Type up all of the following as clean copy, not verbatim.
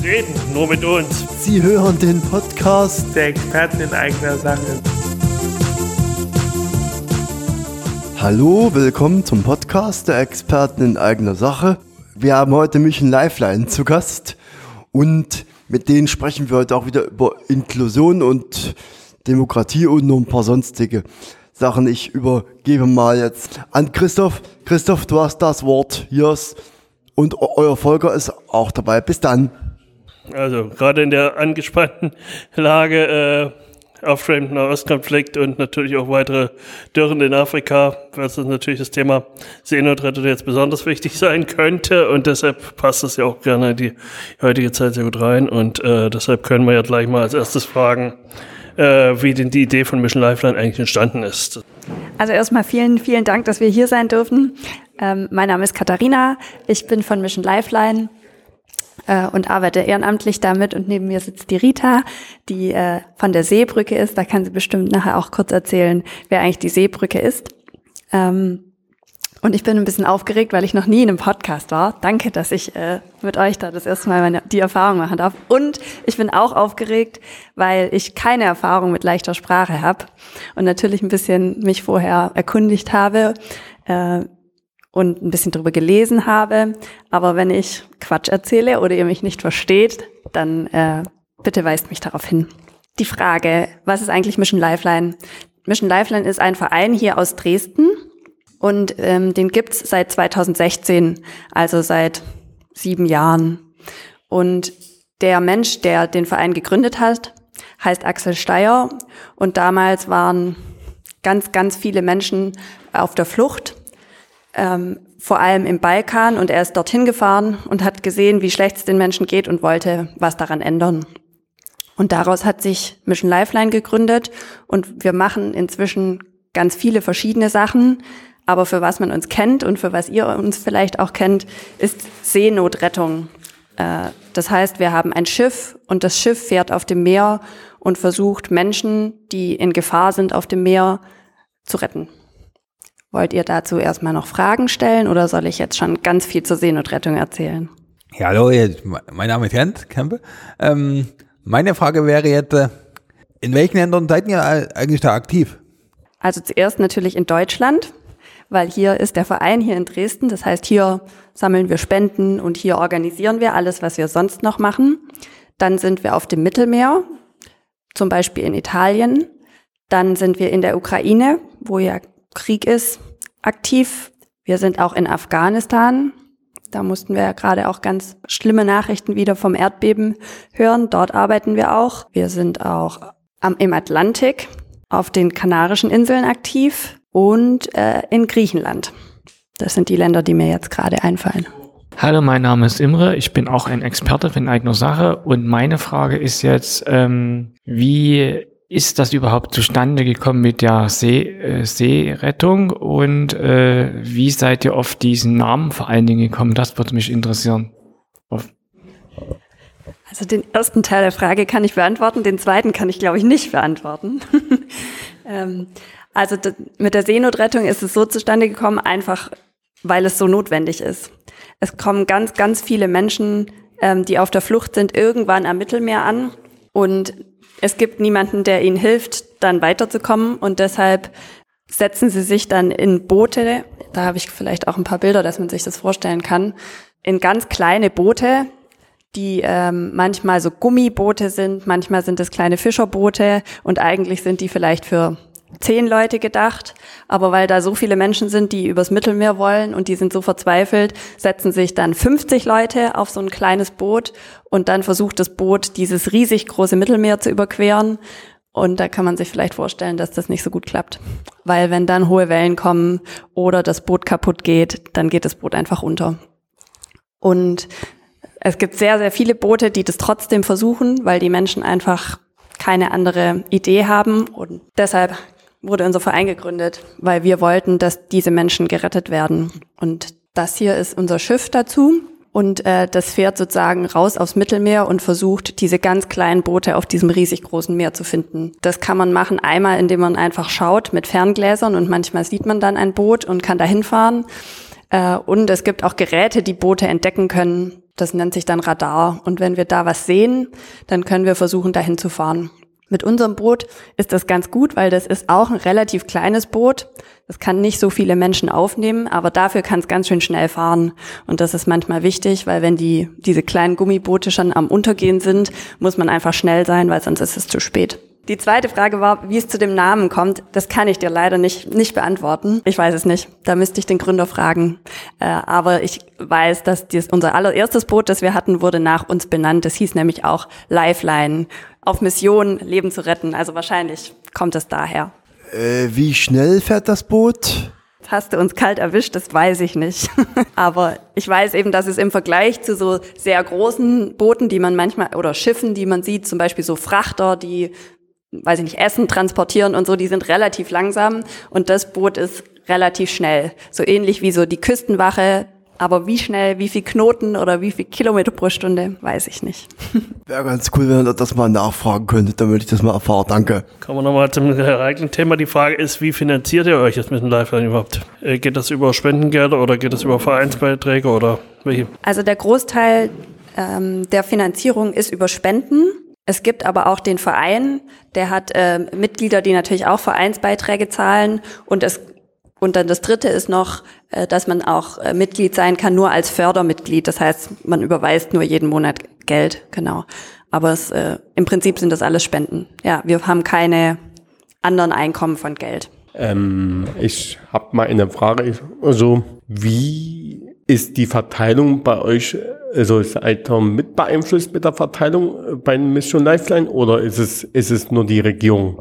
Reden nur mit uns. Sie hören den Podcast Der Experten in eigener Sache. Hallo, willkommen zum Podcast der Experten in eigener Sache. Wir haben heute Mission Lifeline zu Gast und mit denen sprechen wir heute auch wieder über Inklusion und Demokratie und noch ein paar sonstige Sachen. Ich übergebe mal jetzt an Christoph. Christoph, du hast das Wort hier und euer Volker ist auch dabei. Bis dann. Also gerade in der angespannten Lage aufstrebenden Nahostkonflikt und natürlich auch weitere Dürren in Afrika, was natürlich das Thema Seenotrettung jetzt besonders wichtig sein könnte, und deshalb passt es ja auch gerne in die heutige Zeit sehr gut rein, und deshalb können wir ja gleich mal als erstes fragen, wie denn die Idee von Mission Lifeline eigentlich entstanden ist. Also erstmal vielen, vielen Dank, dass wir hier sein dürfen. Mein Name ist Katharina, ich bin von Mission Lifeline und arbeite ehrenamtlich damit, und neben mir sitzt die Rita, die von der Seebrücke ist. Da kann sie bestimmt nachher auch kurz erzählen, wer eigentlich die Seebrücke ist. Und ich bin ein bisschen aufgeregt, weil ich noch nie in einem Podcast war. Danke, dass ich mit euch da das erste Mal die Erfahrung machen darf. Und ich bin auch aufgeregt, weil ich keine Erfahrung mit leichter Sprache habe und natürlich ein bisschen mich vorher erkundigt habe und ein bisschen drüber gelesen habe. Aber wenn ich Quatsch erzähle oder ihr mich nicht versteht, dann bitte weist mich darauf hin. Die Frage, was ist eigentlich Mission Lifeline? Mission Lifeline ist ein Verein hier aus Dresden. Und den gibt's seit 2016, also seit 7 Jahren. Und der Mensch, der den Verein gegründet hat, heißt Axel Steyr. Und damals waren ganz, ganz viele Menschen auf der Flucht, vor allem im Balkan. Und er ist dorthin gefahren und hat gesehen, wie schlecht es den Menschen geht, und wollte was daran ändern. Und daraus hat sich Mission Lifeline gegründet. Und wir machen inzwischen ganz viele verschiedene Sachen. Aber für was man uns kennt und für was ihr uns vielleicht auch kennt, ist Seenotrettung. Das heißt, wir haben ein Schiff, und das Schiff fährt auf dem Meer und versucht, Menschen, die in Gefahr sind auf dem Meer, zu retten. Wollt ihr dazu erstmal noch Fragen stellen, oder soll ich jetzt schon ganz viel zur Seenotrettung erzählen? Ja, hallo, mein Name ist Jens Kempe. Meine Frage wäre jetzt, in welchen Ländern seid ihr eigentlich da aktiv? Also zuerst natürlich in Deutschland, weil hier ist der Verein hier in Dresden. Das heißt, hier sammeln wir Spenden und hier organisieren wir alles, was wir sonst noch machen. Dann sind wir auf dem Mittelmeer, zum Beispiel in Italien. Dann sind wir in der Ukraine, wo ja Krieg ist, aktiv. Wir sind auch in Afghanistan. Da mussten wir ja gerade auch ganz schlimme Nachrichten wieder vom Erdbeben hören. Dort arbeiten wir auch. Wir sind auch im Atlantik, auf den Kanarischen Inseln aktiv. Und in Griechenland. Das sind die Länder, die mir jetzt gerade einfallen. Hallo, mein Name ist Imre. Ich bin auch ein Experte in eigener Sache. Und meine Frage ist jetzt, wie ist das überhaupt zustande gekommen mit der Seerettung? Und wie seid ihr auf diesen Namen vor allen Dingen gekommen? Das würde mich interessieren. Also den ersten Teil der Frage kann ich beantworten. Den zweiten kann ich, glaube ich, nicht beantworten. Also mit der Seenotrettung ist es so zustande gekommen, einfach weil es so notwendig ist. Es kommen ganz, ganz viele Menschen, die auf der Flucht sind, irgendwann am Mittelmeer an, und es gibt niemanden, der ihnen hilft, dann weiterzukommen, und deshalb setzen sie sich dann in Boote, da habe ich vielleicht auch ein paar Bilder, dass man sich das vorstellen kann, in ganz kleine Boote, die manchmal so Gummiboote sind, manchmal sind es kleine Fischerboote, und eigentlich sind die vielleicht für 10 Leute gedacht, aber weil da so viele Menschen sind, die übers Mittelmeer wollen und die sind so verzweifelt, setzen sich dann 50 Leute auf so ein kleines Boot, und dann versucht das Boot, dieses riesig große Mittelmeer zu überqueren, und da kann man sich vielleicht vorstellen, dass das nicht so gut klappt, weil wenn dann hohe Wellen kommen oder das Boot kaputt geht, dann geht das Boot einfach unter. Und es gibt sehr, sehr viele Boote, die das trotzdem versuchen, weil die Menschen einfach keine andere Idee haben, und deshalb wurde unser Verein gegründet, weil wir wollten, dass diese Menschen gerettet werden. Und das hier ist unser Schiff dazu. Und das fährt sozusagen raus aufs Mittelmeer und versucht, diese ganz kleinen Boote auf diesem riesig großen Meer zu finden. Das kann man machen, einmal indem man einfach schaut mit Ferngläsern, und manchmal sieht man dann ein Boot und kann da hinfahren. Und es gibt auch Geräte, die Boote entdecken können. Das nennt sich dann Radar. Und wenn wir da was sehen, dann können wir versuchen, dahin zu fahren. Mit unserem Boot ist das ganz gut, weil das ist auch ein relativ kleines Boot. Das kann nicht so viele Menschen aufnehmen, aber dafür kann es ganz schön schnell fahren. Und das ist manchmal wichtig, weil wenn diese kleinen Gummiboote schon am Untergehen sind, muss man einfach schnell sein, weil sonst ist es zu spät. Die zweite Frage war, wie es zu dem Namen kommt. Das kann ich dir leider nicht beantworten. Ich weiß es nicht. Da müsste ich den Gründer fragen. Aber ich weiß, dass unser allererstes Boot, das wir hatten, wurde nach uns benannt. Das hieß nämlich auch Lifeline. Auf Mission, Leben zu retten. Also wahrscheinlich kommt es daher. Wie schnell fährt das Boot? Hast du uns kalt erwischt? Das weiß ich nicht. Aber ich weiß eben, dass es im Vergleich zu so sehr großen Booten, die man manchmal, oder Schiffen, die man sieht, zum Beispiel so Frachter, die, weiß ich nicht, Essen transportieren und so, die sind relativ langsam. Und das Boot ist relativ schnell. So ähnlich wie so die Küstenwache. Aber wie schnell, wie viel Knoten oder wie viel Kilometer pro Stunde, weiß ich nicht. Wäre ganz cool, wenn ihr das mal nachfragen könntet, damit ich das mal erfahre. Danke. Kommen wir nochmal zum eigenen Thema. Die Frage ist, wie finanziert ihr euch jetzt mit dem Lifeline überhaupt? Geht das über Spendengelder oder geht das über Vereinsbeiträge oder welche? Also der Großteil der Finanzierung ist über Spenden. Es gibt aber auch den Verein, der hat Mitglieder, die natürlich auch Vereinsbeiträge zahlen. Und dann das Dritte ist noch, dass man auch Mitglied sein kann, nur als Fördermitglied. Das heißt, man überweist nur jeden Monat Geld, genau. Aber im Prinzip sind das alles Spenden. Ja, wir haben keine anderen Einkommen von Geld. Ich habe mal eine Frage. Also, wie ist die Verteilung bei euch? Also seid ihr mit beeinflusst mit der Verteilung bei Mission Lifeline oder ist es nur die Regierung?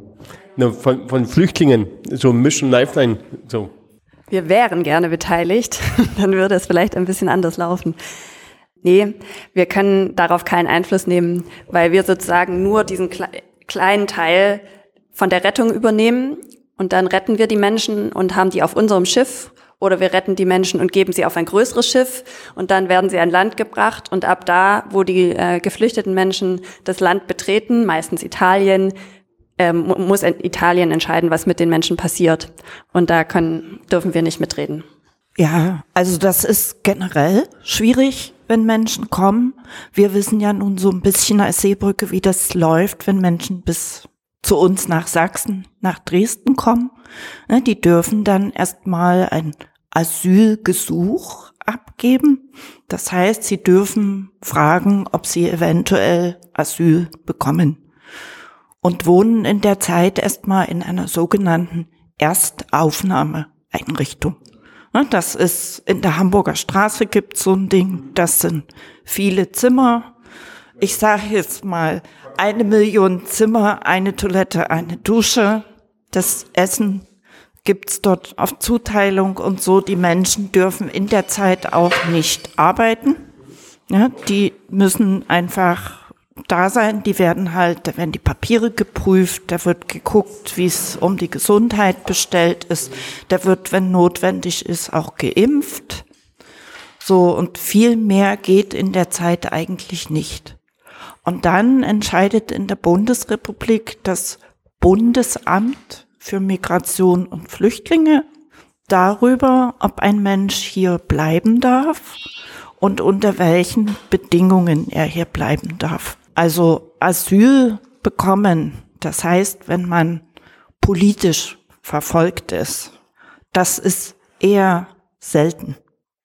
Von Flüchtlingen, so Mission Lifeline, so. Wir wären gerne beteiligt, dann würde es vielleicht ein bisschen anders laufen. Nee, wir können darauf keinen Einfluss nehmen, weil wir sozusagen nur diesen kleinen Teil von der Rettung übernehmen und dann retten wir die Menschen und haben die auf unserem Schiff oder wir retten die Menschen und geben sie auf ein größeres Schiff und dann werden sie an Land gebracht und ab da, wo die geflüchteten Menschen das Land betreten, meistens Italien, muss Italien entscheiden, was mit den Menschen passiert. Und da dürfen wir nicht mitreden. Ja, also das ist generell schwierig, wenn Menschen kommen. Wir wissen ja nun so ein bisschen als Seebrücke, wie das läuft, wenn Menschen bis zu uns nach Sachsen, nach Dresden kommen. Die dürfen dann erstmal ein Asylgesuch abgeben. Das heißt, sie dürfen fragen, ob sie eventuell Asyl bekommen. Und wohnen in der Zeit erstmal in einer sogenannten Erstaufnahmeeinrichtung. Das ist in der Hamburger Straße gibt's so ein Ding, das sind viele Zimmer. Ich sage jetzt mal 1 Million Zimmer, eine Toilette, eine Dusche. Das Essen gibt's dort auf Zuteilung und so. Die Menschen dürfen in der Zeit auch nicht arbeiten. Ja, die müssen einfach da sein, da werden die Papiere geprüft, da wird geguckt, wie es um die Gesundheit bestellt ist, da wird, wenn notwendig ist, auch geimpft. So, und viel mehr geht in der Zeit eigentlich nicht. Und dann entscheidet in der Bundesrepublik das Bundesamt für Migration und Flüchtlinge darüber, ob ein Mensch hier bleiben darf und unter welchen Bedingungen er hier bleiben darf. Also Asyl bekommen, das heißt, wenn man politisch verfolgt ist, das ist eher selten.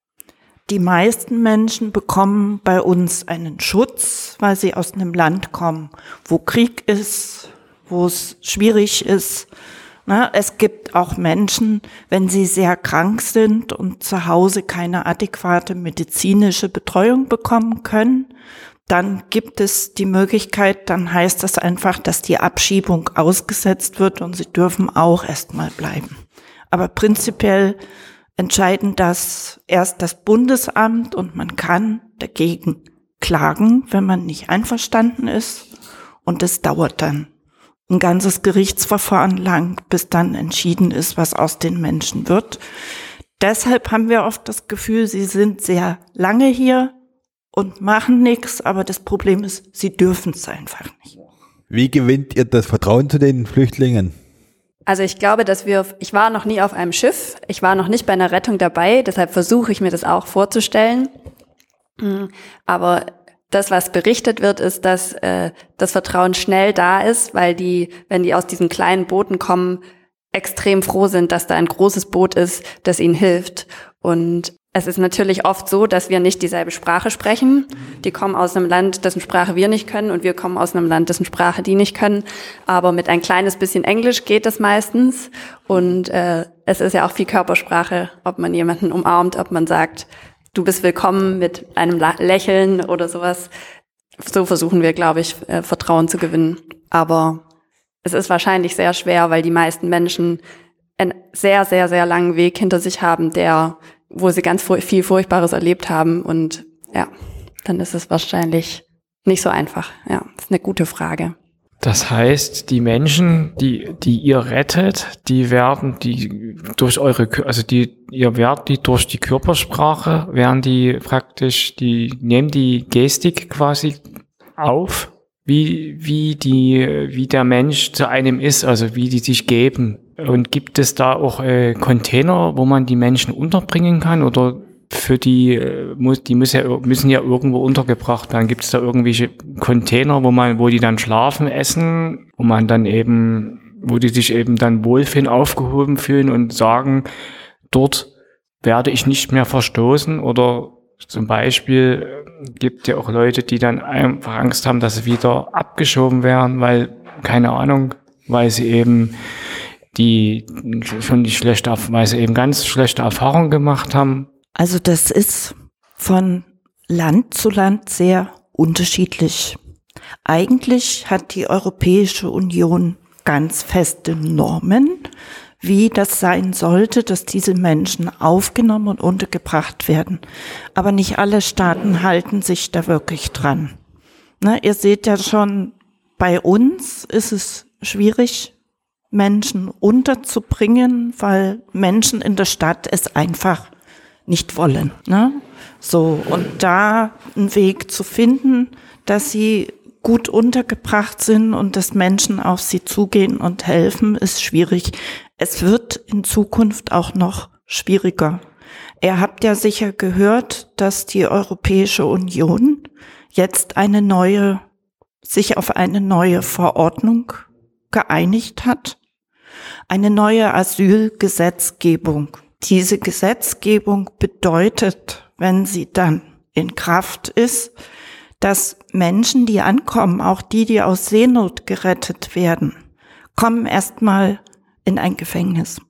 Die meisten Menschen bekommen bei uns einen Schutz, weil sie aus einem Land kommen, wo Krieg ist, wo es schwierig ist. Es gibt auch Menschen, wenn sie sehr krank sind und zu Hause keine adäquate medizinische Betreuung bekommen können, dann gibt es die Möglichkeit, dann heißt das einfach, dass die Abschiebung ausgesetzt wird und sie dürfen auch erstmal bleiben. Aber prinzipiell entscheiden das erst das Bundesamt und man kann dagegen klagen, wenn man nicht einverstanden ist. Und es dauert dann ein ganzes Gerichtsverfahren lang, bis dann entschieden ist, was aus den Menschen wird. Deshalb haben wir oft das Gefühl, sie sind sehr lange hier und machen nichts, aber das Problem ist, sie dürfen es einfach nicht. Wie gewinnt ihr das Vertrauen zu den Flüchtlingen? Also ich glaube, ich war noch nie auf einem Schiff, ich war noch nicht bei einer Rettung dabei, deshalb versuche ich mir das auch vorzustellen. Aber das, was berichtet wird, ist, dass das Vertrauen schnell da ist, weil wenn die aus diesen kleinen Booten kommen, extrem froh sind, dass da ein großes Boot ist, das ihnen hilft. Und es ist natürlich oft so, dass wir nicht dieselbe Sprache sprechen. Die kommen aus einem Land, dessen Sprache wir nicht können, und wir kommen aus einem Land, dessen Sprache die nicht können. Aber mit ein kleines bisschen Englisch geht das meistens. Und es ist ja auch viel Körpersprache, ob man jemanden umarmt, ob man sagt, du bist willkommen mit einem Lächeln oder sowas. So versuchen wir, glaube ich, Vertrauen zu gewinnen. Aber es ist wahrscheinlich sehr schwer, weil die meisten Menschen einen sehr, sehr, sehr langen Weg hinter sich haben, wo sie ganz viel Furchtbares erlebt haben. Und ja, dann ist es wahrscheinlich nicht so einfach. Ja, das ist eine gute Frage. Das heißt, die Menschen, die ihr rettet, ihr werdet die durch die Körpersprache, nehmen die Gestik quasi auf, wie der Mensch zu einem ist, also wie die sich geben. Und gibt es da auch Container, wo man die Menschen unterbringen kann, oder für die müssen ja irgendwo untergebracht werden? Gibt es da irgendwelche Container, wo die dann schlafen, essen, wo die sich eben dann wohlfühlen, aufgehoben fühlen und sagen, dort werde ich nicht mehr verstoßen? Oder zum Beispiel gibt ja auch Leute, die dann einfach Angst haben, dass sie wieder abgeschoben werden, weil sie eben weil sie eben ganz schlechte Erfahrungen gemacht haben. Also das ist von Land zu Land sehr unterschiedlich. Eigentlich hat die Europäische Union ganz feste Normen, wie das sein sollte, dass diese Menschen aufgenommen und untergebracht werden. Aber nicht alle Staaten halten sich da wirklich dran. Ihr seht ja schon, bei uns ist es schwierig, Menschen unterzubringen, weil Menschen in der Stadt es einfach nicht wollen. So, und da einen Weg zu finden, dass sie gut untergebracht sind und dass Menschen auf sie zugehen und helfen, ist schwierig. Es wird in Zukunft auch noch schwieriger. Ihr habt ja sicher gehört, dass die Europäische Union jetzt sich auf eine neue Verordnung geeinigt hat. Eine neue Asylgesetzgebung. Diese Gesetzgebung bedeutet, wenn sie dann in Kraft ist, dass Menschen, die ankommen, auch die aus Seenot gerettet werden, kommen erstmal in ein Gefängnis.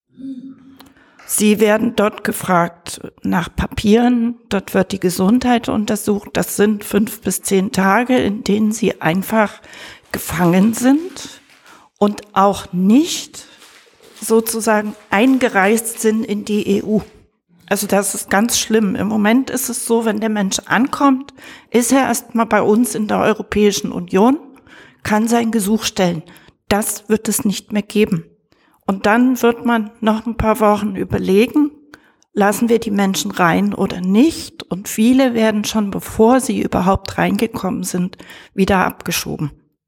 Sie werden dort gefragt nach Papieren, dort wird die Gesundheit untersucht. Das sind 5 bis 10 Tage, in denen sie einfach gefangen sind und auch nicht sozusagen eingereist sind in die EU. Also das ist ganz schlimm. Im Moment ist es so, wenn der Mensch ankommt, ist er erstmal bei uns in der Europäischen Union, kann sein Gesuch stellen. Das wird es nicht mehr geben. Und dann wird man noch ein paar Wochen überlegen, lassen wir die Menschen rein oder nicht. Und viele werden schon, bevor sie überhaupt reingekommen sind, wieder abgeschoben.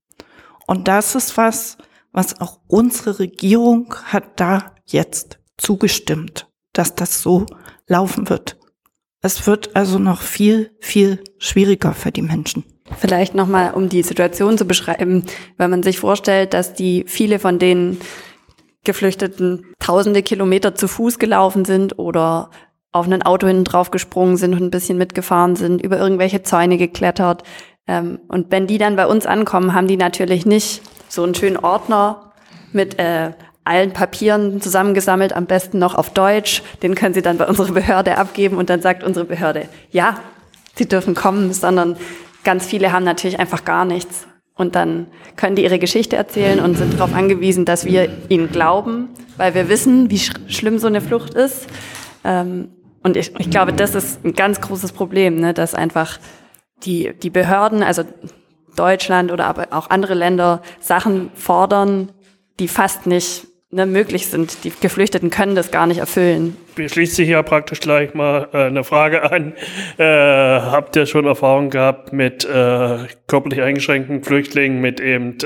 Und das ist was auch unsere Regierung hat da jetzt zugestimmt, dass das so laufen wird. Es wird also noch viel, viel schwieriger für die Menschen. Vielleicht nochmal, um die Situation zu beschreiben, wenn man sich vorstellt, dass viele von den Geflüchteten tausende Kilometer zu Fuß gelaufen sind oder auf ein Auto hinten drauf gesprungen sind und ein bisschen mitgefahren sind, über irgendwelche Zäune geklettert. Und wenn die dann bei uns ankommen, haben die natürlich nicht so einen schönen Ordner mit allen Papieren zusammengesammelt, am besten noch auf Deutsch. Den können sie dann bei unserer Behörde abgeben und dann sagt unsere Behörde, ja, sie dürfen kommen, sondern ganz viele haben natürlich einfach gar nichts. Und dann können die ihre Geschichte erzählen und sind darauf angewiesen, dass wir ihnen glauben, weil wir wissen, wie schlimm so eine Flucht ist. Und ich glaube, das ist ein ganz großes Problem, ne, dass einfach die Behörden, also Deutschland oder aber auch andere Länder, Sachen fordern, die fast nicht möglich sind. Die Geflüchteten können das gar nicht erfüllen. Mir schließt sich ja praktisch gleich mal eine Frage an. Habt ihr schon Erfahrung gehabt mit körperlich eingeschränkten Flüchtlingen, mit eben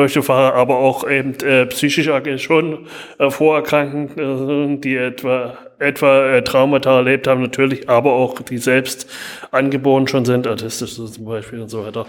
Rollstuhlfahrer, aber auch eben psychisch schon Vorerkrankten, die etwa etwa Traumata erlebt haben, natürlich, aber auch die selbst angeboren schon sind, autistisch so zum Beispiel und so weiter.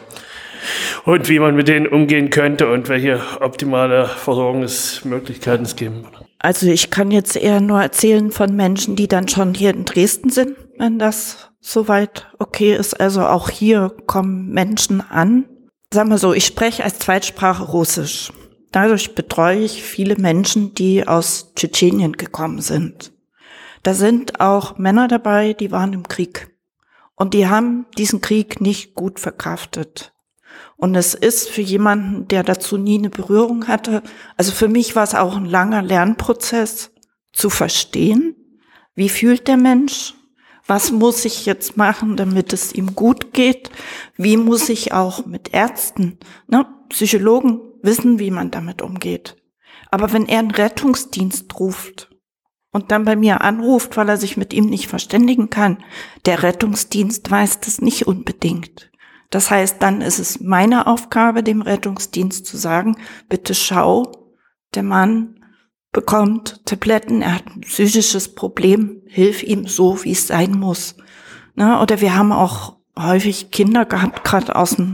Und wie man mit denen umgehen könnte und welche optimale Versorgungsmöglichkeiten es geben würde. Also ich kann jetzt eher nur erzählen von Menschen, die dann schon hier in Dresden sind, wenn das soweit okay ist. Also auch hier kommen Menschen an. Sagen wir so, ich spreche als Zweitsprache Russisch. Dadurch betreue ich viele Menschen, die aus Tschetschenien gekommen sind. Da sind auch Männer dabei, die waren im Krieg. Und die haben diesen Krieg nicht gut verkraftet. Und es ist für jemanden, der dazu nie eine Berührung hatte, also für mich war es auch ein langer Lernprozess, zu verstehen, wie fühlt der Mensch, was muss ich jetzt machen, damit es ihm gut geht, wie muss ich auch mit Ärzten, Psychologen wissen, wie man damit umgeht. Aber wenn er einen Rettungsdienst ruft und dann bei mir anruft, weil er sich mit ihm nicht verständigen kann, der Rettungsdienst weiß das nicht unbedingt. Das heißt, dann ist es meine Aufgabe, dem Rettungsdienst zu sagen, bitte schau, der Mann bekommt Tabletten, er hat ein psychisches Problem, hilf ihm so, wie es sein muss. Oder wir haben auch häufig Kinder gehabt, gerade aus dem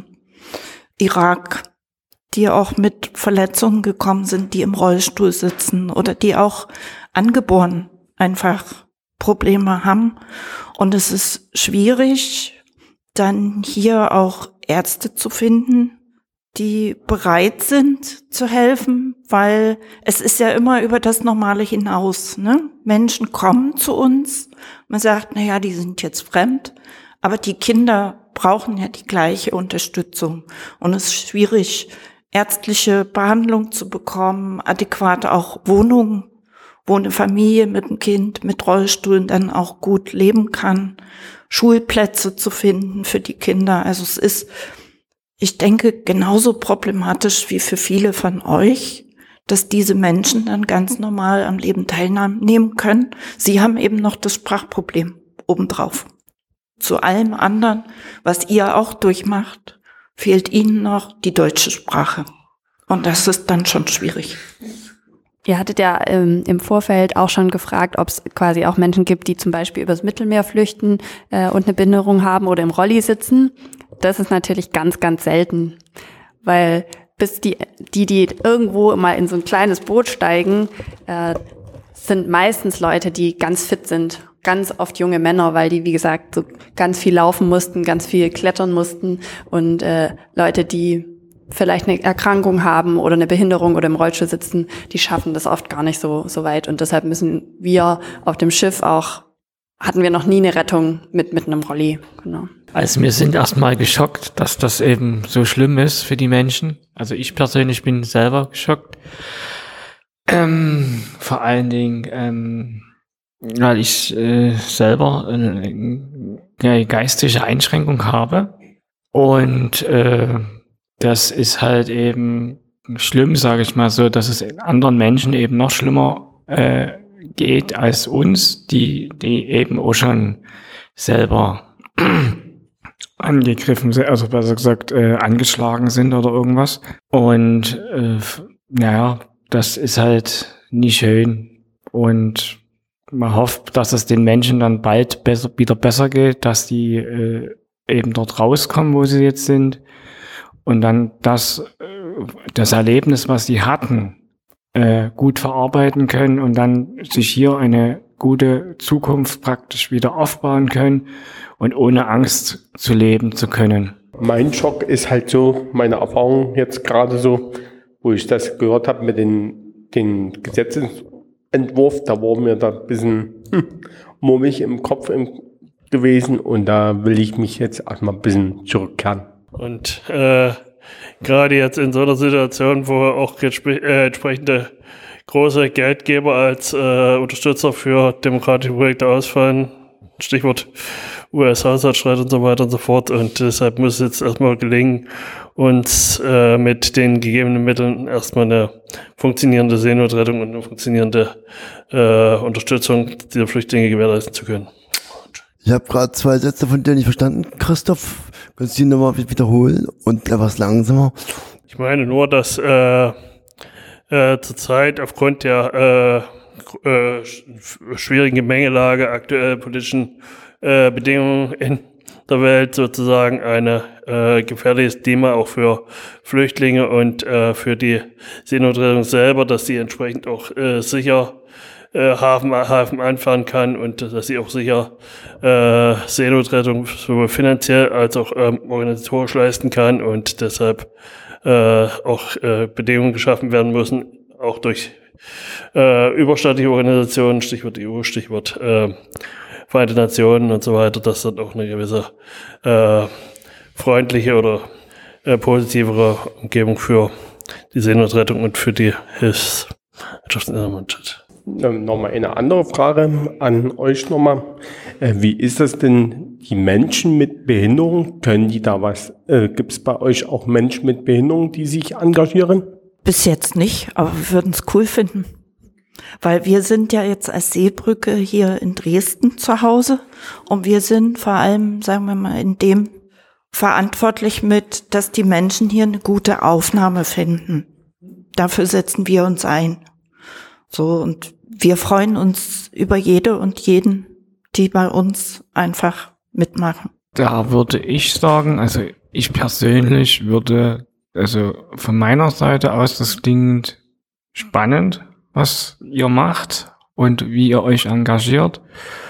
Irak, die auch mit Verletzungen gekommen sind, die im Rollstuhl sitzen oder die auch angeboren einfach Probleme haben. Und es ist schwierig, dann hier auch Ärzte zu finden, die bereit sind zu helfen, weil es ist ja immer über das Normale hinaus. Menschen kommen zu uns, man sagt, die sind jetzt fremd, aber die Kinder brauchen ja die gleiche Unterstützung. Und es ist schwierig, ärztliche Behandlung zu bekommen, adäquate auch Wohnungen, wo eine Familie mit einem Kind, mit Rollstuhlen dann auch gut leben kann, Schulplätze zu finden für die Kinder. Also es ist, ich denke, genauso problematisch wie für viele von euch, dass diese Menschen dann ganz normal am Leben teilnehmen können. Sie haben eben noch das Sprachproblem obendrauf. Zu allem anderen, was ihr auch durchmacht, fehlt ihnen noch die deutsche Sprache. Und das ist dann schon schwierig. Ihr hattet ja im Vorfeld auch schon gefragt, ob es quasi auch Menschen gibt, die zum Beispiel übers Mittelmeer flüchten und eine Behinderung haben oder im Rolli sitzen. Das ist natürlich ganz, ganz selten, weil bis die irgendwo mal in so ein kleines Boot steigen, sind meistens Leute, die ganz fit sind. Ganz oft junge Männer, weil die, wie gesagt, so ganz viel laufen mussten, ganz viel klettern mussten und Leute, die vielleicht eine Erkrankung haben oder eine Behinderung oder im Rollstuhl sitzen, die schaffen das oft gar nicht so weit. Und deshalb müssen wir auf dem Schiff auch, hatten wir noch nie eine Rettung mit einem Rolli. Genau. Also wir sind erstmal geschockt, dass das eben so schlimm ist für die Menschen. Also ich persönlich bin selber geschockt. Vor allen Dingen, weil ich selber eine geistige Einschränkung habe. Und das ist halt eben schlimm, sage ich mal so, dass es anderen Menschen eben noch schlimmer geht als uns, die eben auch schon selber angegriffen sind, also besser gesagt angeschlagen sind oder irgendwas. Und das ist halt nicht schön. Und man hofft, dass es den Menschen dann bald wieder besser geht, dass die eben dort rauskommen, wo sie jetzt sind. Und dann das Erlebnis, was sie hatten, gut verarbeiten können und dann sich hier eine gute Zukunft praktisch wieder aufbauen können und ohne Angst zu leben zu können. Mein Schock ist halt so, meine Erfahrung jetzt gerade so, wo ich das gehört habe mit den Gesetzesentwurf, da war mir da ein bisschen mulmig im Kopf gewesen und da will ich mich jetzt erstmal ein bisschen zurückkehren. Und gerade jetzt in so einer Situation, wo auch entsprechende große Geldgeber als Unterstützer für demokratische Projekte ausfallen, Stichwort US-Haushaltsstreit und so weiter und so fort. Und deshalb muss es jetzt erstmal gelingen, uns mit den gegebenen Mitteln erstmal eine funktionierende Seenotrettung und eine funktionierende Unterstützung dieser Flüchtlinge gewährleisten zu können. Ich habe gerade 2 Sätze von dir nicht verstanden, Christoph. Kannst du die nochmal wiederholen und etwas langsamer? Ich meine nur, dass zurzeit aufgrund der schwierigen Gemengelage aktuell politischen Bedingungen in der Welt sozusagen ein gefährliches Thema auch für Flüchtlinge und für die Seenotrettung selber, dass sie entsprechend auch sicher Hafen anfahren kann und dass sie auch sicher Seenotrettung sowohl finanziell als auch organisatorisch leisten kann und deshalb auch Bedingungen geschaffen werden müssen, auch durch überstaatliche Organisationen, Stichwort EU, Stichwort Vereinte Nationen und so weiter, dass dann auch eine gewisse freundliche oder positivere Umgebung für die Seenotrettung und für die Hilfswirtschaft hat. Nochmal eine andere Frage an euch nochmal. Wie ist das denn, die Menschen mit Behinderung, können die da was, gibt es bei euch auch Menschen mit Behinderung, die sich engagieren? Bis jetzt nicht, aber wir würden es cool finden. Weil wir sind ja jetzt als Seebrücke hier in Dresden zu Hause und wir sind vor allem, sagen wir mal, in dem verantwortlich mit, dass die Menschen hier eine gute Aufnahme finden. Dafür setzen wir uns ein. So, und wir freuen uns über jede und jeden, die bei uns einfach mitmachen. Da würde ich sagen, also ich persönlich würde, also von meiner Seite aus, das klingt spannend, was ihr macht und wie ihr euch engagiert.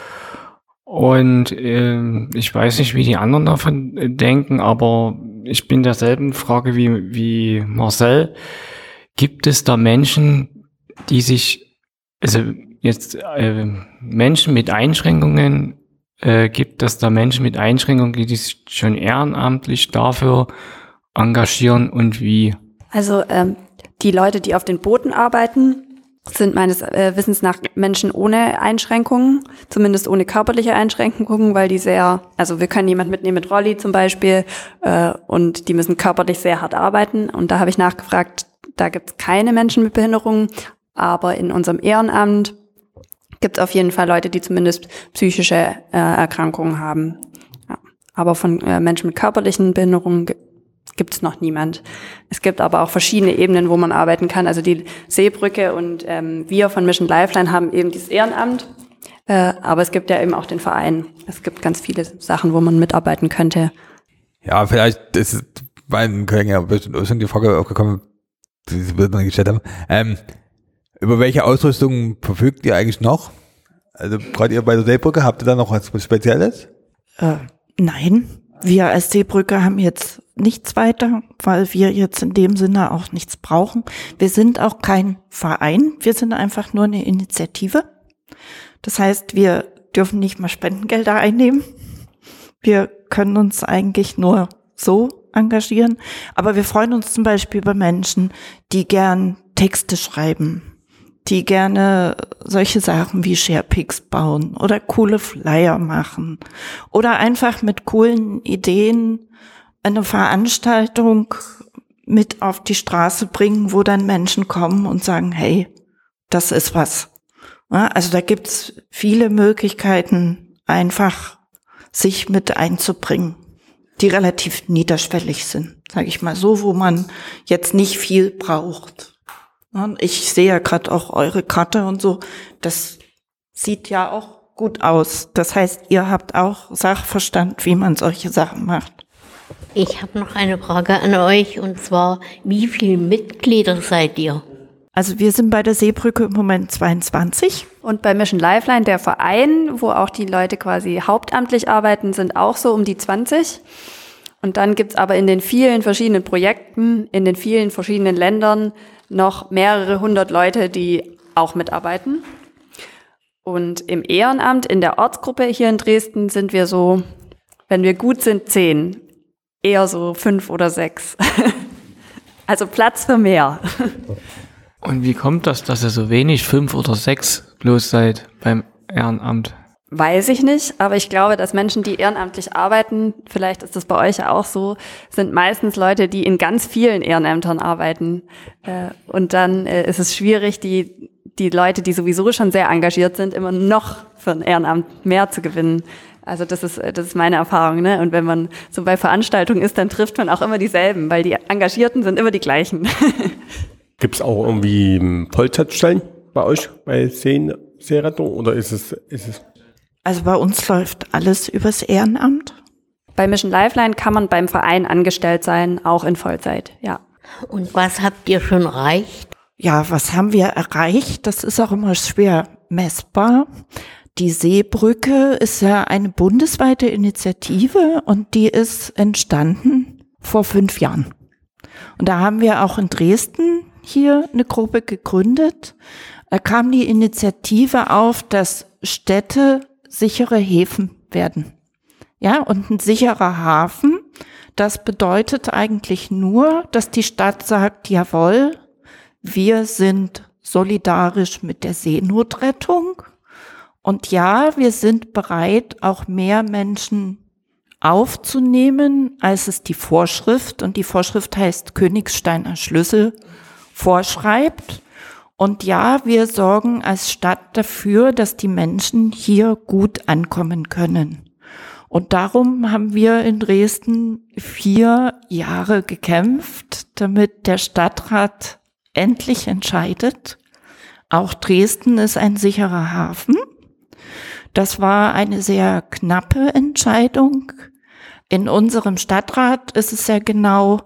Und ich weiß nicht, wie die anderen davon denken, aber ich bin derselben Frage wie Marcel. Gibt es da Menschen, die sich, also jetzt Menschen mit Einschränkungen, gibt es da Menschen mit Einschränkungen, die sich schon ehrenamtlich dafür engagieren und wie? Also die Leute, die auf den Booten arbeiten, sind meines Wissens nach Menschen ohne Einschränkungen, zumindest ohne körperliche Einschränkungen, weil die also wir können jemanden mitnehmen mit Rolli zum Beispiel und die müssen körperlich sehr hart arbeiten. Und da habe ich nachgefragt, da gibt es keine Menschen mit Behinderungen, aber in unserem Ehrenamt gibt es auf jeden Fall Leute, die zumindest psychische Erkrankungen haben. Ja. Aber von Menschen mit körperlichen Behinderungen gibt es noch niemand. Es gibt aber auch verschiedene Ebenen, wo man arbeiten kann. Also die Seebrücke und wir von Mission Lifeline haben eben dieses Ehrenamt. Aber es gibt ja eben auch den Verein. Es gibt ganz viele Sachen, wo man mitarbeiten könnte. Ja, vielleicht ist meinen Kollegen ja schon die Frage aufgekommen, die wir dann gestellt haben. Über welche Ausrüstung verfügt ihr eigentlich noch? Also gerade ihr bei der Seebrücke, habt ihr da noch was Spezielles? Nein, wir als Seebrücke haben jetzt nichts weiter, weil wir jetzt in dem Sinne auch nichts brauchen. Wir sind auch kein Verein, wir sind einfach nur eine Initiative. Das heißt, wir dürfen nicht mal Spendengelder einnehmen. Wir können uns eigentlich nur so engagieren. Aber wir freuen uns zum Beispiel über Menschen, die gern Texte schreiben, die gerne solche Sachen wie Sharepics bauen oder coole Flyer machen oder einfach mit coolen Ideen eine Veranstaltung mit auf die Straße bringen, wo dann Menschen kommen und sagen, hey, das ist was. Ja, also da gibt's viele Möglichkeiten, einfach sich mit einzubringen, die relativ niederschwellig sind, sage ich mal so, wo man jetzt nicht viel braucht. Und ich sehe ja gerade auch eure Karte und so, das sieht ja auch gut aus. Das heißt, ihr habt auch Sachverstand, wie man solche Sachen macht. Ich habe noch eine Frage an euch und zwar, wie viele Mitglieder seid ihr? Also wir sind bei der Seebrücke im Moment 22. Und bei Mission Lifeline, der Verein, wo auch die Leute quasi hauptamtlich arbeiten, sind auch so um die 20. Und dann gibt's aber in den vielen verschiedenen Projekten, in den vielen verschiedenen Ländern noch mehrere hundert Leute, die auch mitarbeiten. Und im Ehrenamt, in der Ortsgruppe hier in Dresden sind wir so, wenn wir gut sind, 10. Eher so 5 oder 6. Also Platz für mehr. Und wie kommt das, dass ihr so wenig, 5 oder 6 bloß seid beim Ehrenamt? Weiß ich nicht, aber ich glaube, dass Menschen, die ehrenamtlich arbeiten, vielleicht ist das bei euch ja auch so, sind meistens Leute, die in ganz vielen Ehrenämtern arbeiten. Und dann ist es schwierig, die Leute, die sowieso schon sehr engagiert sind, immer noch für ein Ehrenamt mehr zu gewinnen. Also das ist meine Erfahrung, ne? Und wenn man so bei Veranstaltungen ist, dann trifft man auch immer dieselben, weil die Engagierten sind immer die gleichen. Gibt es auch irgendwie Vollzeitstellen bei euch bei Seerettung oder ist es? Also bei uns läuft alles übers Ehrenamt. Bei Mission Lifeline kann man beim Verein angestellt sein, auch in Vollzeit, ja. Und was habt ihr schon erreicht? Ja, was haben wir erreicht? Das ist auch immer schwer messbar. Die Seebrücke ist ja eine bundesweite Initiative und die ist entstanden vor 5 Jahren. Und da haben wir auch in Dresden hier eine Gruppe gegründet. Da kam die Initiative auf, dass Städte sichere Häfen werden. Ja, und ein sicherer Hafen, das bedeutet eigentlich nur, dass die Stadt sagt, jawohl, wir sind solidarisch mit der Seenotrettung und ja, wir sind bereit, auch mehr Menschen aufzunehmen, als es die Vorschrift, und die Vorschrift heißt Königsteiner Schlüssel, vorschreibt. Und ja, wir sorgen als Stadt dafür, dass die Menschen hier gut ankommen können. Und darum haben wir in Dresden 4 Jahre gekämpft, damit der Stadtrat endlich entscheidet. Auch Dresden ist ein sicherer Hafen. Das war eine sehr knappe Entscheidung. In unserem Stadtrat ist es ja genau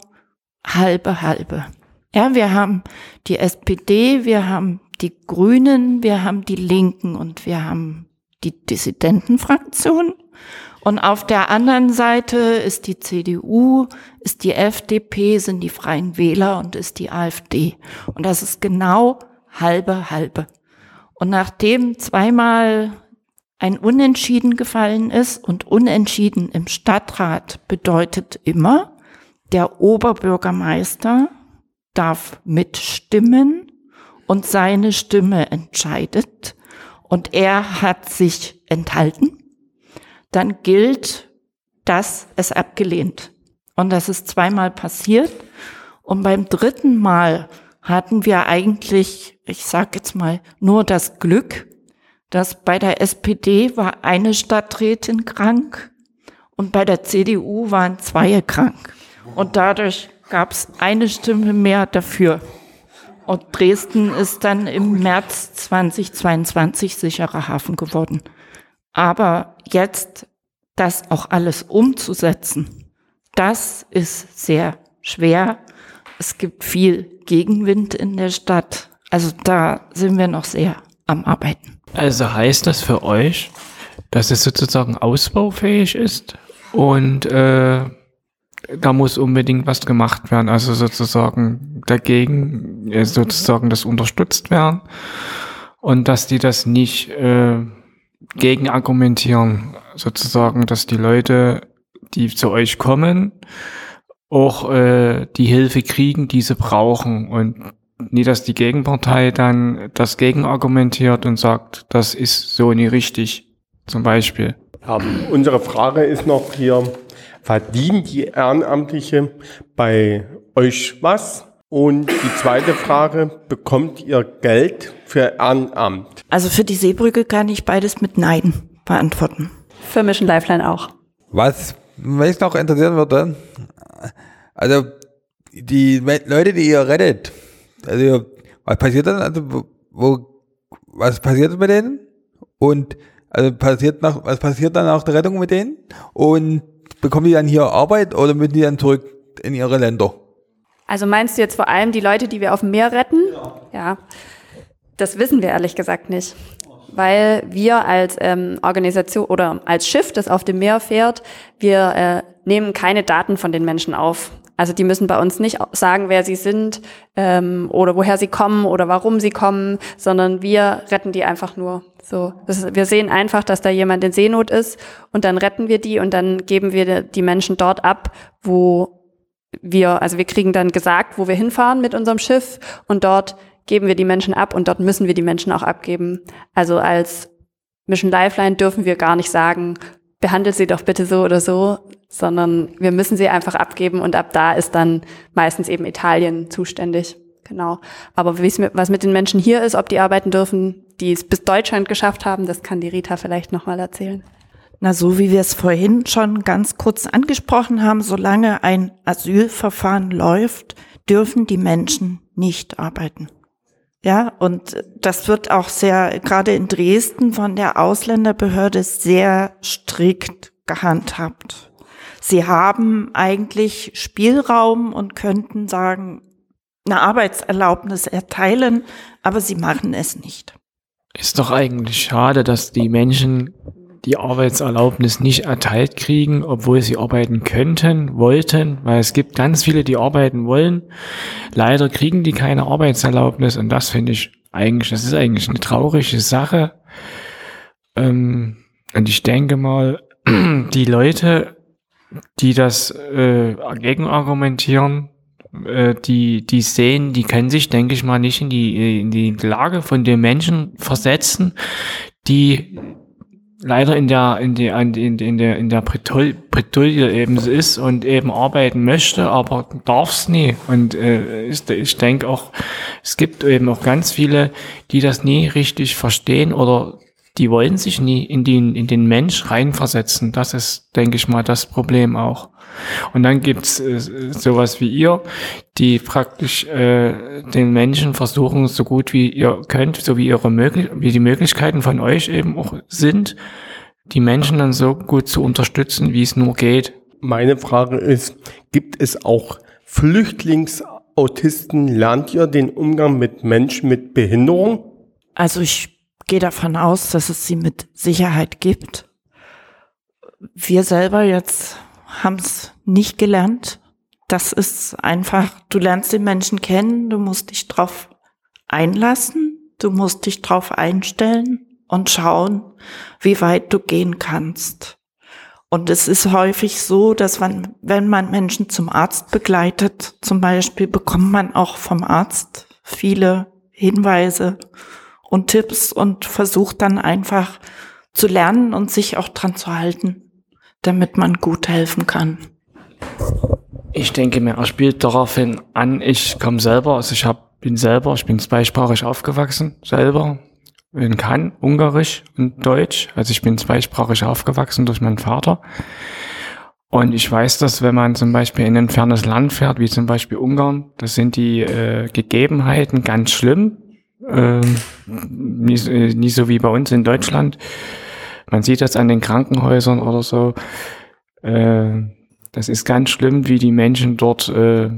halbe. Ja, wir haben die SPD, wir haben die Grünen, wir haben die Linken und wir haben die Dissidentenfraktion. Und auf der anderen Seite ist die CDU, ist die FDP, sind die Freien Wähler und ist die AfD. Und das ist genau halbe. Und nachdem zweimal ein Unentschieden gefallen ist, und Unentschieden im Stadtrat bedeutet immer, der Oberbürgermeister darf mitstimmen und seine Stimme entscheidet und er hat sich enthalten, dann gilt, dass es abgelehnt. Und das ist zweimal passiert. Und beim 3. Mal hatten wir eigentlich, ich sag jetzt mal, nur das Glück, dass bei der SPD war eine Stadträtin krank und bei der CDU waren 2 krank. Und dadurch gab es eine Stimme mehr dafür. Und Dresden ist dann im März 2022 sicherer Hafen geworden. Aber jetzt das auch alles umzusetzen, das ist sehr schwer. Es gibt viel Gegenwind in der Stadt. Also da sind wir noch sehr am Arbeiten. Also heißt das für euch, dass es sozusagen ausbaufähig ist und da muss unbedingt was gemacht werden, also sozusagen dagegen sozusagen das unterstützt werden und dass die das nicht gegen argumentieren, sozusagen, dass die Leute, die zu euch kommen, auch die Hilfe kriegen, die sie brauchen und nie, dass die Gegenpartei dann das gegenargumentiert und sagt, das ist so nie richtig, zum Beispiel. Unsere Frage ist noch hier, verdienen die Ehrenamtliche bei euch was? Und die zweite Frage, bekommt ihr Geld für Ehrenamt? Also für die Seebrücke kann ich beides mit Nein beantworten. Für Mission Lifeline auch. Was mich noch interessieren würde, also die Leute, die ihr rettet, also was passiert dann, also was passiert mit denen? Und also was passiert dann nach der Rettung mit denen? Und bekommen die dann hier Arbeit oder müssen die dann zurück in ihre Länder? Also meinst du jetzt vor allem die Leute, die wir auf dem Meer retten? Ja. Das wissen wir ehrlich gesagt nicht. Weil wir als Organisation oder als Schiff, das auf dem Meer fährt, wir nehmen keine Daten von den Menschen auf. Also die müssen bei uns nicht sagen, wer sie sind oder woher sie kommen oder warum sie kommen, sondern wir retten die einfach nur. So, wir sehen einfach, dass da jemand in Seenot ist und dann retten wir die und dann geben wir die Menschen dort ab, wo wir kriegen dann gesagt, wo wir hinfahren mit unserem Schiff und dort geben wir die Menschen ab und dort müssen wir die Menschen auch abgeben. Also als Mission Lifeline dürfen wir gar nicht sagen, behandelt sie doch bitte so oder so, sondern wir müssen sie einfach abgeben und ab da ist dann meistens eben Italien zuständig. Genau. Aber was mit den Menschen hier ist, ob die arbeiten dürfen, die es bis Deutschland geschafft haben, das kann die Rita vielleicht nochmal erzählen. Na, so wie wir es vorhin schon ganz kurz angesprochen haben, solange ein Asylverfahren läuft, dürfen die Menschen nicht arbeiten. Ja, und das wird auch gerade in Dresden von der Ausländerbehörde sehr strikt gehandhabt. Sie haben eigentlich Spielraum und könnten sagen, eine Arbeitserlaubnis erteilen, aber sie machen es nicht. Ist doch eigentlich schade, dass die Menschen die Arbeitserlaubnis nicht erteilt kriegen, obwohl sie arbeiten könnten, wollten, weil es gibt ganz viele, die arbeiten wollen. Leider kriegen die keine Arbeitserlaubnis und das finde ich das ist eigentlich eine traurige Sache. Und ich denke mal, die Leute, die das dagegen argumentieren, die sehen, die können sich, denke ich mal, nicht in die Lage von den Menschen versetzen, die leider in der Bredouille eben ist und eben arbeiten möchte, aber darf's nie. Und ich denke auch, es gibt eben auch ganz viele, die das nie richtig verstehen oder die wollen sich nie in den Mensch reinversetzen. Das ist, denke ich mal, das Problem auch. Und dann gibt's sowas wie ihr, die praktisch den Menschen versuchen, so gut wie ihr könnt, so wie wie die Möglichkeiten von euch eben auch sind, die Menschen dann so gut zu unterstützen, wie es nur geht. Meine Frage ist, gibt es auch Flüchtlingsautisten? Lernt ihr den Umgang mit Menschen mit Behinderung? Also ich gehe davon aus, dass es sie mit Sicherheit gibt. Wir selber jetzt haben es nicht gelernt. Das ist einfach, du lernst den Menschen kennen, du musst dich drauf einlassen, du musst dich drauf einstellen und schauen, wie weit du gehen kannst. Und es ist häufig so, dass wenn man Menschen zum Arzt begleitet, zum Beispiel, bekommt man auch vom Arzt viele Hinweise und Tipps und versucht dann einfach zu lernen und sich auch dran zu halten, damit man gut helfen kann. Ich denke mir, er spielt daraufhin an, ich komme selber, also ich bin zweisprachig aufgewachsen, selber. Ich kann Ungarisch und Deutsch, also ich bin zweisprachig aufgewachsen durch meinen Vater. Und ich weiß, dass wenn man zum Beispiel in ein fernes Land fährt, wie zum Beispiel Ungarn, das sind die Gegebenheiten ganz schlimm. Nicht so wie bei uns in Deutschland. Man sieht das an den Krankenhäusern oder so. Das ist ganz schlimm, wie die Menschen dort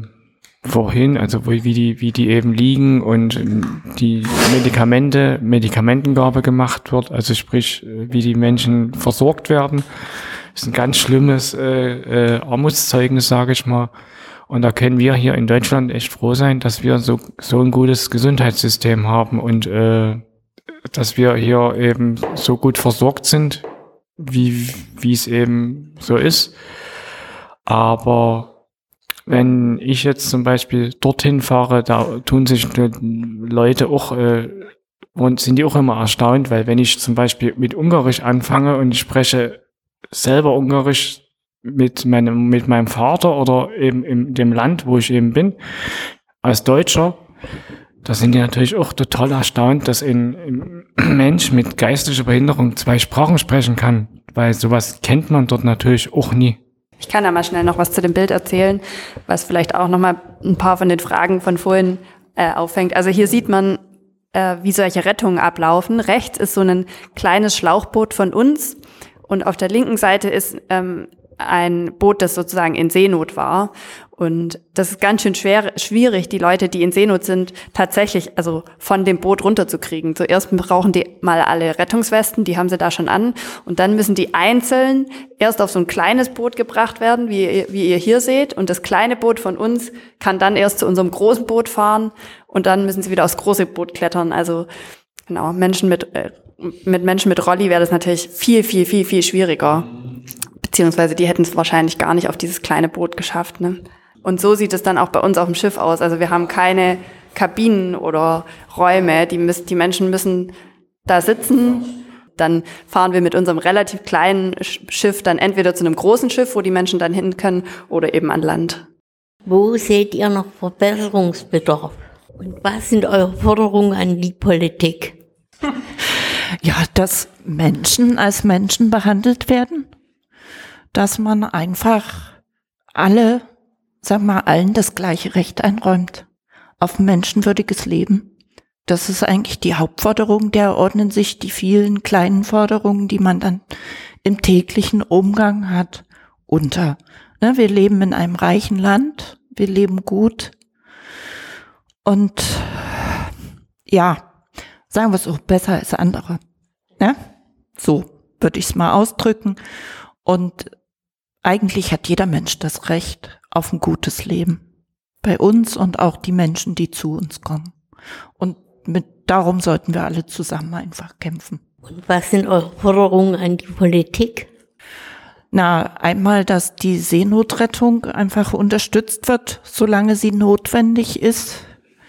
wie die eben liegen und die Medikamentengabe gemacht wird. Also sprich, wie die Menschen versorgt werden. Das ist ein ganz schlimmes Armutszeugnis, sage ich mal. Und da können wir hier in Deutschland echt froh sein, dass wir so ein gutes Gesundheitssystem haben und dass wir hier eben so gut versorgt sind, wie es eben so ist. Aber wenn ich jetzt zum Beispiel dorthin fahre, da tun sich Leute auch, und sind die auch immer erstaunt, weil wenn ich zum Beispiel mit Ungarisch anfange und ich spreche selber Ungarisch mit meinem Vater oder eben in dem Land, wo ich eben bin, als Deutscher, da sind die natürlich auch total erstaunt, dass ein Mensch mit geistiger Behinderung 2 Sprachen sprechen kann, weil sowas kennt man dort natürlich auch nie. Ich kann da mal schnell noch was zu dem Bild erzählen, was vielleicht auch noch mal ein paar von den Fragen von vorhin auffängt. Also hier sieht man, wie solche Rettungen ablaufen. Rechts ist so ein kleines Schlauchboot von uns und auf der linken Seite ist ein Boot, das sozusagen in Seenot war. Und das ist ganz schön schwierig, die Leute, die in Seenot sind, tatsächlich also von dem Boot runterzukriegen. Zuerst brauchen die mal alle Rettungswesten, die haben sie da schon an. Und dann müssen die einzeln erst auf so ein kleines Boot gebracht werden, wie ihr hier seht. Und das kleine Boot von uns kann dann erst zu unserem großen Boot fahren. Und dann müssen sie wieder aufs große Boot klettern. Also genau, Menschen mit Menschen mit Rolli wäre das natürlich viel, viel, viel, viel schwieriger. Beziehungsweise die hätten es wahrscheinlich gar nicht auf dieses kleine Boot geschafft, ne? Und so sieht es dann auch bei uns auf dem Schiff aus. Also wir haben keine Kabinen oder Räume. Die Menschen müssen da sitzen. Dann fahren wir mit unserem relativ kleinen Schiff dann entweder zu einem großen Schiff, wo die Menschen dann hin können, oder eben an Land. Wo seht ihr noch Verbesserungsbedarf? Und was sind eure Forderungen an die Politik? Ja, dass Menschen als Menschen behandelt werden. Dass man einfach allen das gleiche Recht einräumt auf ein menschenwürdiges Leben. Das ist eigentlich die Hauptforderung, der ordnen sich die vielen kleinen Forderungen, die man dann im täglichen Umgang hat, unter. Ne, wir leben in einem reichen Land, wir leben gut und ja, sagen wir es auch besser als andere. Ne? So würde ich es mal ausdrücken. Und eigentlich hat jeder Mensch das Recht auf ein gutes Leben. Bei uns und auch die Menschen, die zu uns kommen. Und darum sollten wir alle zusammen einfach kämpfen. Und was sind eure Forderungen an die Politik? Na, einmal, dass die Seenotrettung einfach unterstützt wird, solange sie notwendig ist.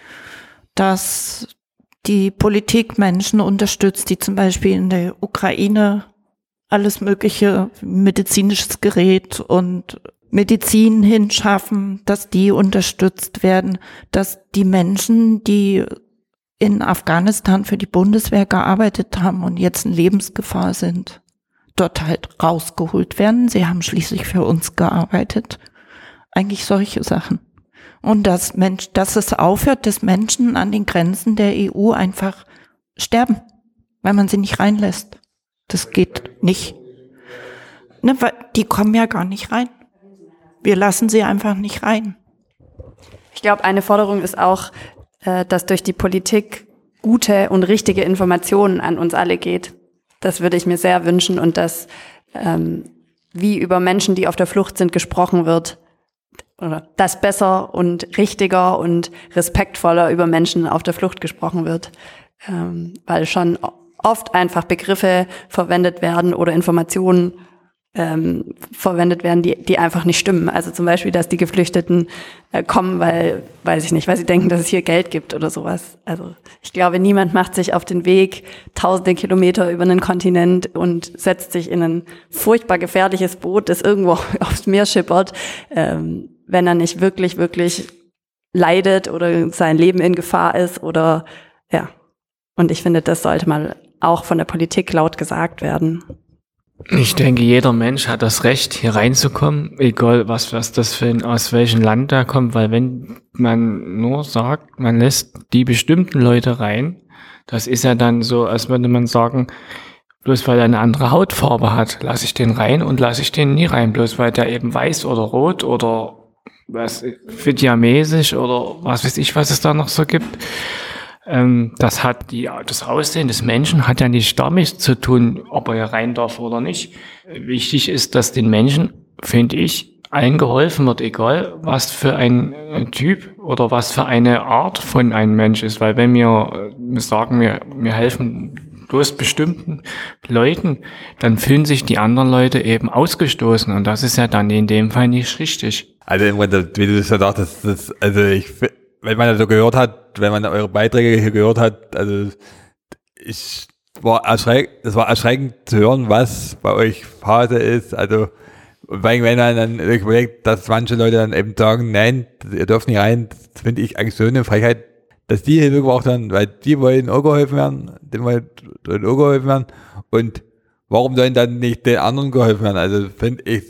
Dass die Politik Menschen unterstützt, die zum Beispiel in der Ukraine alles mögliche medizinisches Gerät und Medizin hinschaffen, dass die unterstützt werden, dass die Menschen, die in Afghanistan für die Bundeswehr gearbeitet haben und jetzt in Lebensgefahr sind, dort halt rausgeholt werden. Sie haben schließlich für uns gearbeitet. Eigentlich solche Sachen. Und dass es aufhört, dass Menschen an den Grenzen der EU einfach sterben, weil man sie nicht reinlässt. Das geht nicht. Ne, weil die kommen ja gar nicht rein. Wir lassen sie einfach nicht rein. Ich glaube, eine Forderung ist auch, dass durch die Politik gute und richtige Informationen an uns alle geht. Das würde ich mir sehr wünschen und dass wie über Menschen, die auf der Flucht sind, gesprochen wird. Oder dass besser und richtiger und respektvoller über Menschen auf der Flucht gesprochen wird. Weil schon oft einfach Begriffe verwendet werden oder Informationen verwendet werden, die einfach nicht stimmen. Also zum Beispiel, dass die Geflüchteten kommen, weil sie denken, dass es hier Geld gibt oder sowas. Also ich glaube, niemand macht sich auf den Weg tausende Kilometer über einen Kontinent und setzt sich in ein furchtbar gefährliches Boot, das irgendwo aufs Meer schippert, wenn er nicht wirklich, wirklich leidet oder sein Leben in Gefahr ist oder ja. Und ich finde, das sollte mal auch von der Politik laut gesagt werden. Ich denke, jeder Mensch hat das Recht, hier reinzukommen, egal was das aus welchem Land da kommt, weil wenn man nur sagt, man lässt die bestimmten Leute rein, das ist ja dann so, als würde man sagen, bloß weil er eine andere Hautfarbe hat, lasse ich den rein und lasse ich den nie rein, bloß weil der eben weiß oder rot oder was vietnamesisch oder was weiß ich, was es da noch so gibt. Das Aussehen des Menschen hat ja nicht damit zu tun, ob er hier rein darf oder nicht. Wichtig ist, dass den Menschen, finde ich, allen geholfen wird, egal was für ein Typ oder was für eine Art von einem Mensch ist. Weil wenn wir sagen, wir helfen bloß bestimmten Leuten, dann fühlen sich die anderen Leute eben ausgestoßen. Und das ist ja dann in dem Fall nicht richtig. Also im Grunde, wie du das ja sagst, wenn man das so gehört hat, wenn man eure Beiträge hier gehört hat, also es war erschreckend zu hören, was bei euch Phase ist. Also wenn man dann überlegt, dass manche Leute dann eben sagen, nein, ihr dürft nicht rein, das finde ich eigentlich so eine Frechheit, dass die Hilfe gebraucht haben, weil die wollen auch geholfen werden, denen wollen auch geholfen werden. Und warum sollen dann nicht den anderen geholfen werden? Also finde ich,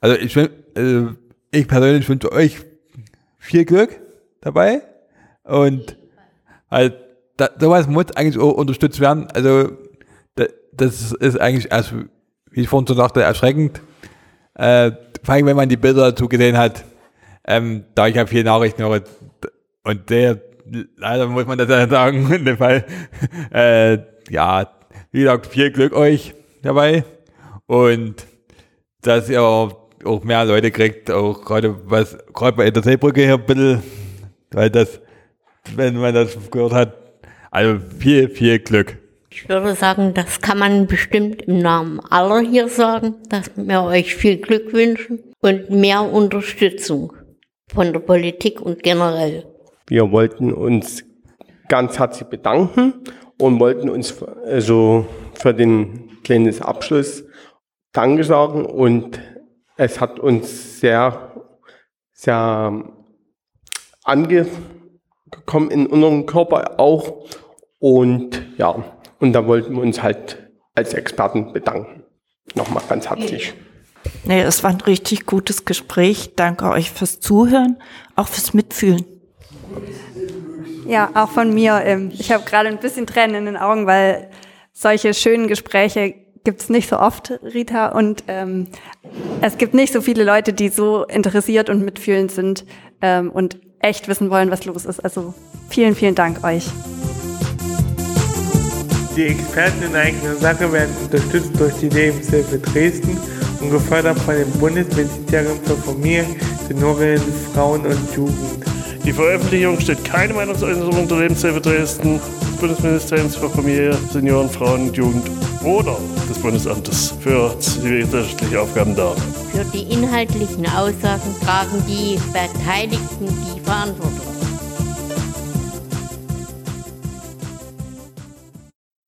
ich persönlich wünsche euch viel Glück dabei und halt sowas muss eigentlich auch unterstützt werden. Also das ist eigentlich erst, wie ich vorhin schon sagte, erschreckend. Vor allem, wenn man die Bilder dazu gesehen hat, da ich ja viele Nachrichten höre und leider muss man das ja sagen, in dem Fall, ja, wie gesagt, viel Glück euch dabei und dass ihr auch mehr Leute kriegt, auch gerade bei der Seebrücke hier ein bisschen, weil das, wenn man das gehört hat, also viel, viel Glück. Ich würde sagen, das kann man bestimmt im Namen aller hier sagen, dass wir euch viel Glück wünschen und mehr Unterstützung von der Politik und generell. Wir wollten uns ganz herzlich bedanken und wollten uns für den kleinen Abschluss Danke sagen und es hat uns sehr, sehr angekommen in unserem Körper auch und ja, und da wollten wir uns halt als Experten bedanken. Nochmal ganz herzlich. Nee, es war ein richtig gutes Gespräch. Danke euch fürs Zuhören, auch fürs Mitfühlen. Ja, auch von mir. Ich habe gerade ein bisschen Tränen in den Augen, weil solche schönen Gespräche gibt es nicht so oft, Rita. Und es gibt nicht so viele Leute, die so interessiert und mitfühlend sind und echt wissen wollen, was los ist. Also vielen, vielen Dank euch. Die Experten in eigener Sache werden unterstützt durch die Lebenshilfe Dresden und gefördert von dem Bundesministerium für Familie, Senioren, Frauen und Jugend. Die Veröffentlichung steht keine Meinungsäußerung unter Lebenshilfe Dresden, des Bundesministeriums für Familie, Senioren, Frauen und Jugend oder des Bundesamtes für zivilgesellschaftliche Aufgaben dar. Für die inhaltlichen Aussagen tragen die Beteiligten die Verantwortung.